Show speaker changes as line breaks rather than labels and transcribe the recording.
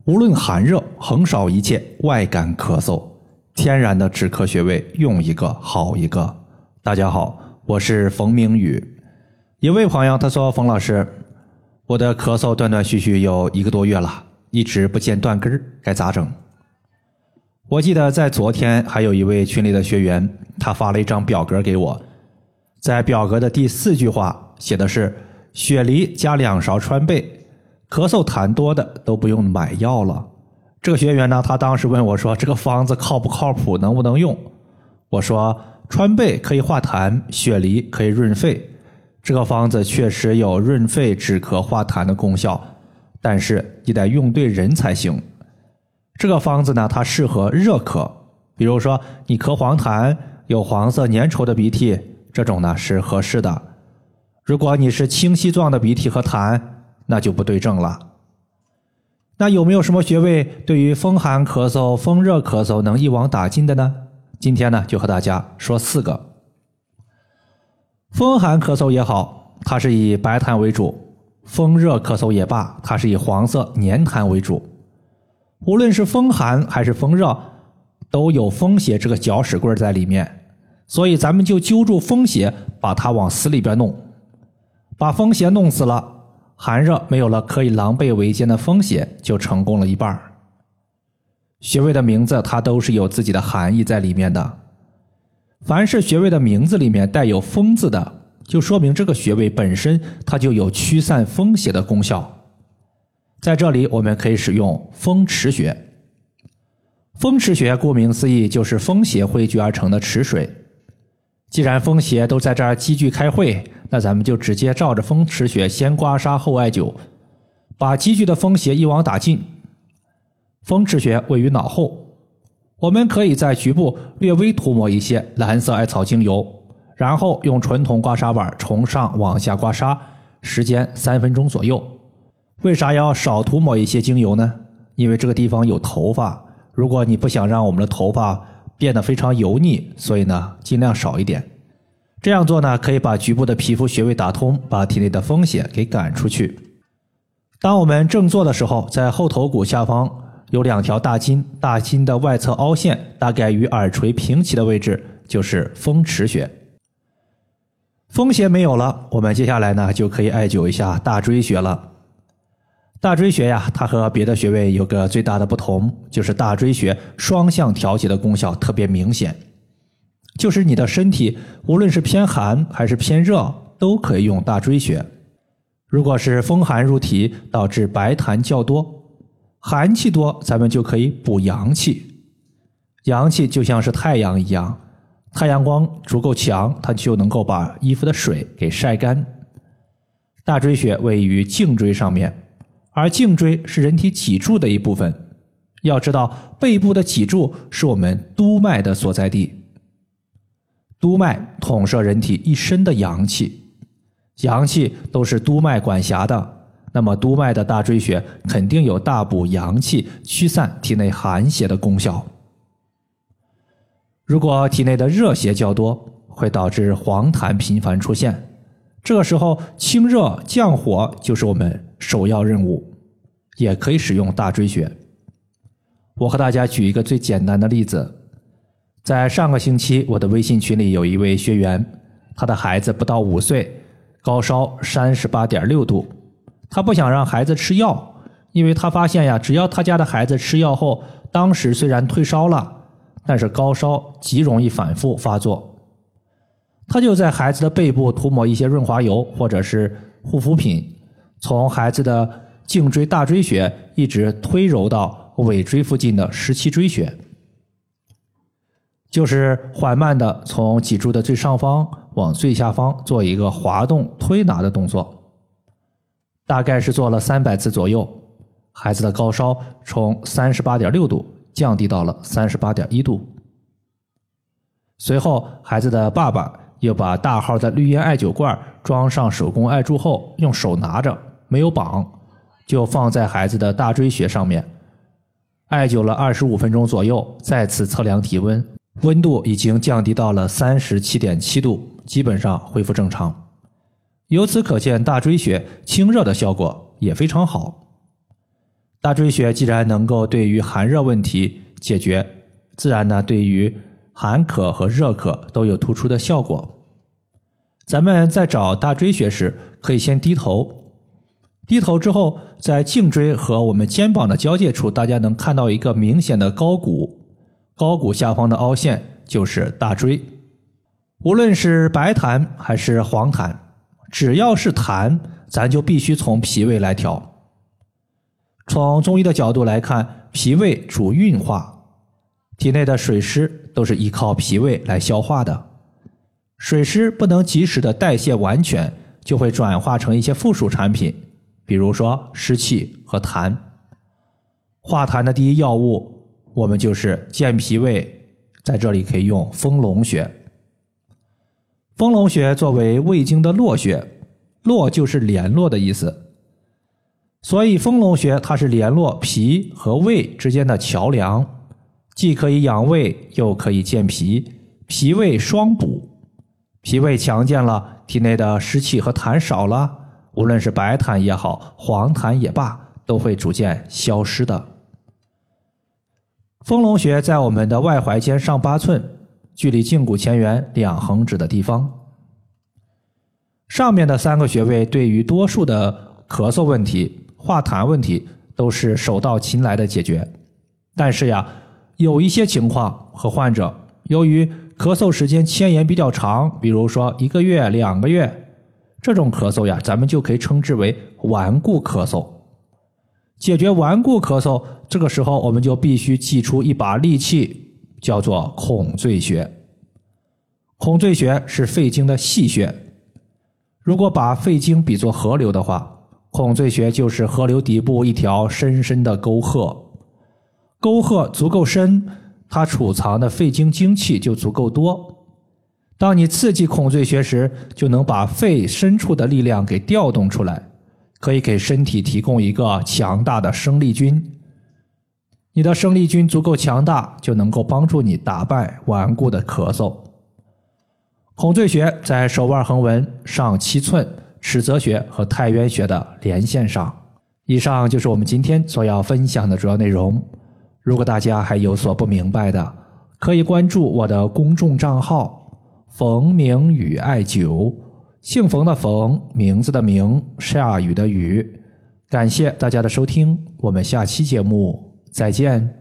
无论寒热，横扫一切外感咳嗽，天然的止咳穴位，用一个好一个。大家好，我是冯明宇。一位朋友他说，冯老师，我的咳嗽断断续续有1个多月了，一直不见断根，该咋整？我记得在昨天还有一位群里的学员，他发了一张表格给我，在表格的第4句话写的是雪梨加2勺川贝，咳嗽痰多的都不用买药了。这个学员呢，他当时问我说，这个方子靠不靠谱，能不能用？我说川贝可以化痰，雪梨可以润肺，这个方子确实有润肺止咳化痰的功效，但是你得用对人才行。这个方子呢，它适合热咳，比如说你咳黄痰，有黄色粘稠的鼻涕，这种呢是合适的。如果你是清晰状的鼻涕和痰，那就不对症了。那有没有什么穴位对于风寒咳嗽、风热咳嗽能一网打尽的呢？今天呢，就和大家说4个。风寒咳嗽也好，它是以白痰为主；风热咳嗽也罢，它是以黄色粘痰为主。无论是风寒还是风热，都有风邪这个搅屎棍在里面，所以咱们就揪住风邪，把它往死里边弄，把风邪弄死了，寒热没有了可以狼狈为奸的风邪，就成功了一半。穴位的名字它都是有自己的含义在里面的，凡是穴位的名字里面带有风字的，就说明这个穴位本身它就有驱散风邪的功效。在这里我们可以使用风池穴。风池穴顾名思义就是风邪汇聚而成的池水，既然风邪都在这儿积聚开会，那咱们就直接照着风池穴先刮痧后艾灸，把积聚的风邪一网打尽。风池穴位于脑后，我们可以在局部略微涂抹一些蓝色艾草精油，然后用纯铜刮痧板从上往下刮痧，时间3分钟左右。为啥要少涂抹一些精油呢？因为这个地方有头发，如果你不想让我们的头发变得非常油腻，所以呢尽量少一点。这样做呢，可以把局部的皮肤穴位打通，把体内的风邪给赶出去。当我们正坐的时候，在后头骨下方有2条大筋，大筋的外侧凹陷大概与耳垂平齐的位置就是风池穴。风邪没有了，我们接下来呢就可以艾灸一下大椎穴了。大椎穴呀，它和别的穴位有个最大的不同，就是大椎穴双向调节的功效特别明显，就是你的身体无论是偏寒还是偏热，都可以用大椎穴。如果是风寒入体导致白痰较多，寒气多，咱们就可以补阳气。阳气就像是太阳一样，太阳光足够强，它就能够把衣服的水给晒干。大椎穴位于颈椎上面，而颈椎是人体脊柱的一部分。要知道，背部的脊柱是我们督脉的所在地。督脉统摄人体一身的阳气，阳气都是督脉管辖的，那么督脉的大椎穴肯定有大补阳气、驱散体内寒邪的功效。如果体内的热邪较多，会导致黄痰频繁出现，这个时候清热降火就是我们首要任务，也可以使用大椎穴。我和大家举一个最简单的例子，在上个星期，我的微信群里有一位学员，他的孩子不到5岁，高烧 38.6 度，他不想让孩子吃药，因为他发现呀，只要他家的孩子吃药后，当时虽然退烧了，但是高烧极容易反复发作。他就在孩子的背部涂抹一些润滑油或者是护肤品，从孩子的颈椎大椎穴一直推揉到尾椎附近的17椎穴，就是缓慢的从脊柱的最上方往最下方做一个滑动推拿的动作，大概是做了300次左右，孩子的高烧从 38.6 度降低到了 38.1 度。随后孩子的爸爸又把大号的绿烟艾灸罐装上手工艾柱后，用手拿着，没有绑，就放在孩子的大椎穴上面，艾灸了25分钟左右，再次测量体温，温度已经降低到了 37.7 度，基本上恢复正常。由此可见，大椎穴清热的效果也非常好。 大椎穴既然能够对于寒热问题解决，自然呢对于寒渴和热渴都有突出的效果。咱们在找大椎穴时，可以先低头，低头之后，在颈椎和我们肩膀的交界处，大家能看到一个明显的高骨，高骨下方的凹陷就是大椎。无论是白痰还是黄痰，只要是痰，咱就必须从脾胃来调。从中医的角度来看，脾胃主运化，体内的水湿都是依靠脾胃来消化的。水湿不能及时的代谢完全，就会转化成一些附属产品，比如说湿气和痰。化痰的第一要务，我们就是健脾胃，在这里可以用丰隆穴。丰隆穴作为胃经的络穴，络就是联络的意思。所以丰隆穴它是联络脾和胃之间的桥梁，既可以养胃，又可以健脾，脾胃双补。脾胃强健了，体内的湿气和痰少了，无论是白痰也好，黄痰也罢，都会逐渐消失的。丰隆穴在我们的外踝尖上8寸，距离胫骨前缘2横指的地方。上面的3个穴位对于多数的咳嗽问题、化痰问题都是手到擒来的解决。但是呀，有一些情况和患者由于咳嗽时间牵延比较长，比如说1个月、2个月，这种咳嗽呀，咱们就可以称之为顽固咳嗽。解决顽固咳嗽，这个时候我们就必须祭出一把利器，叫做孔最穴。孔最穴是肺经的细穴，如果把肺经比作河流的话，孔最穴就是河流底部一条深深的沟壑。沟壑足够深，它储藏的肺经精气就足够多。当你刺激孔最穴时，就能把肺深处的力量给调动出来，可以给身体提供一个强大的生力军。你的生力军足够强大，就能够帮助你打败顽固的咳嗽。孔最穴在手腕横纹上7寸，尺泽穴和太渊穴的连线上。以上就是我们今天所要分享的主要内容。如果大家还有所不明白的，可以关注我的公众账号冯明宇艾灸，姓冯的冯，名字的名，下雨的雨。感谢大家的收听，我们下期节目再见。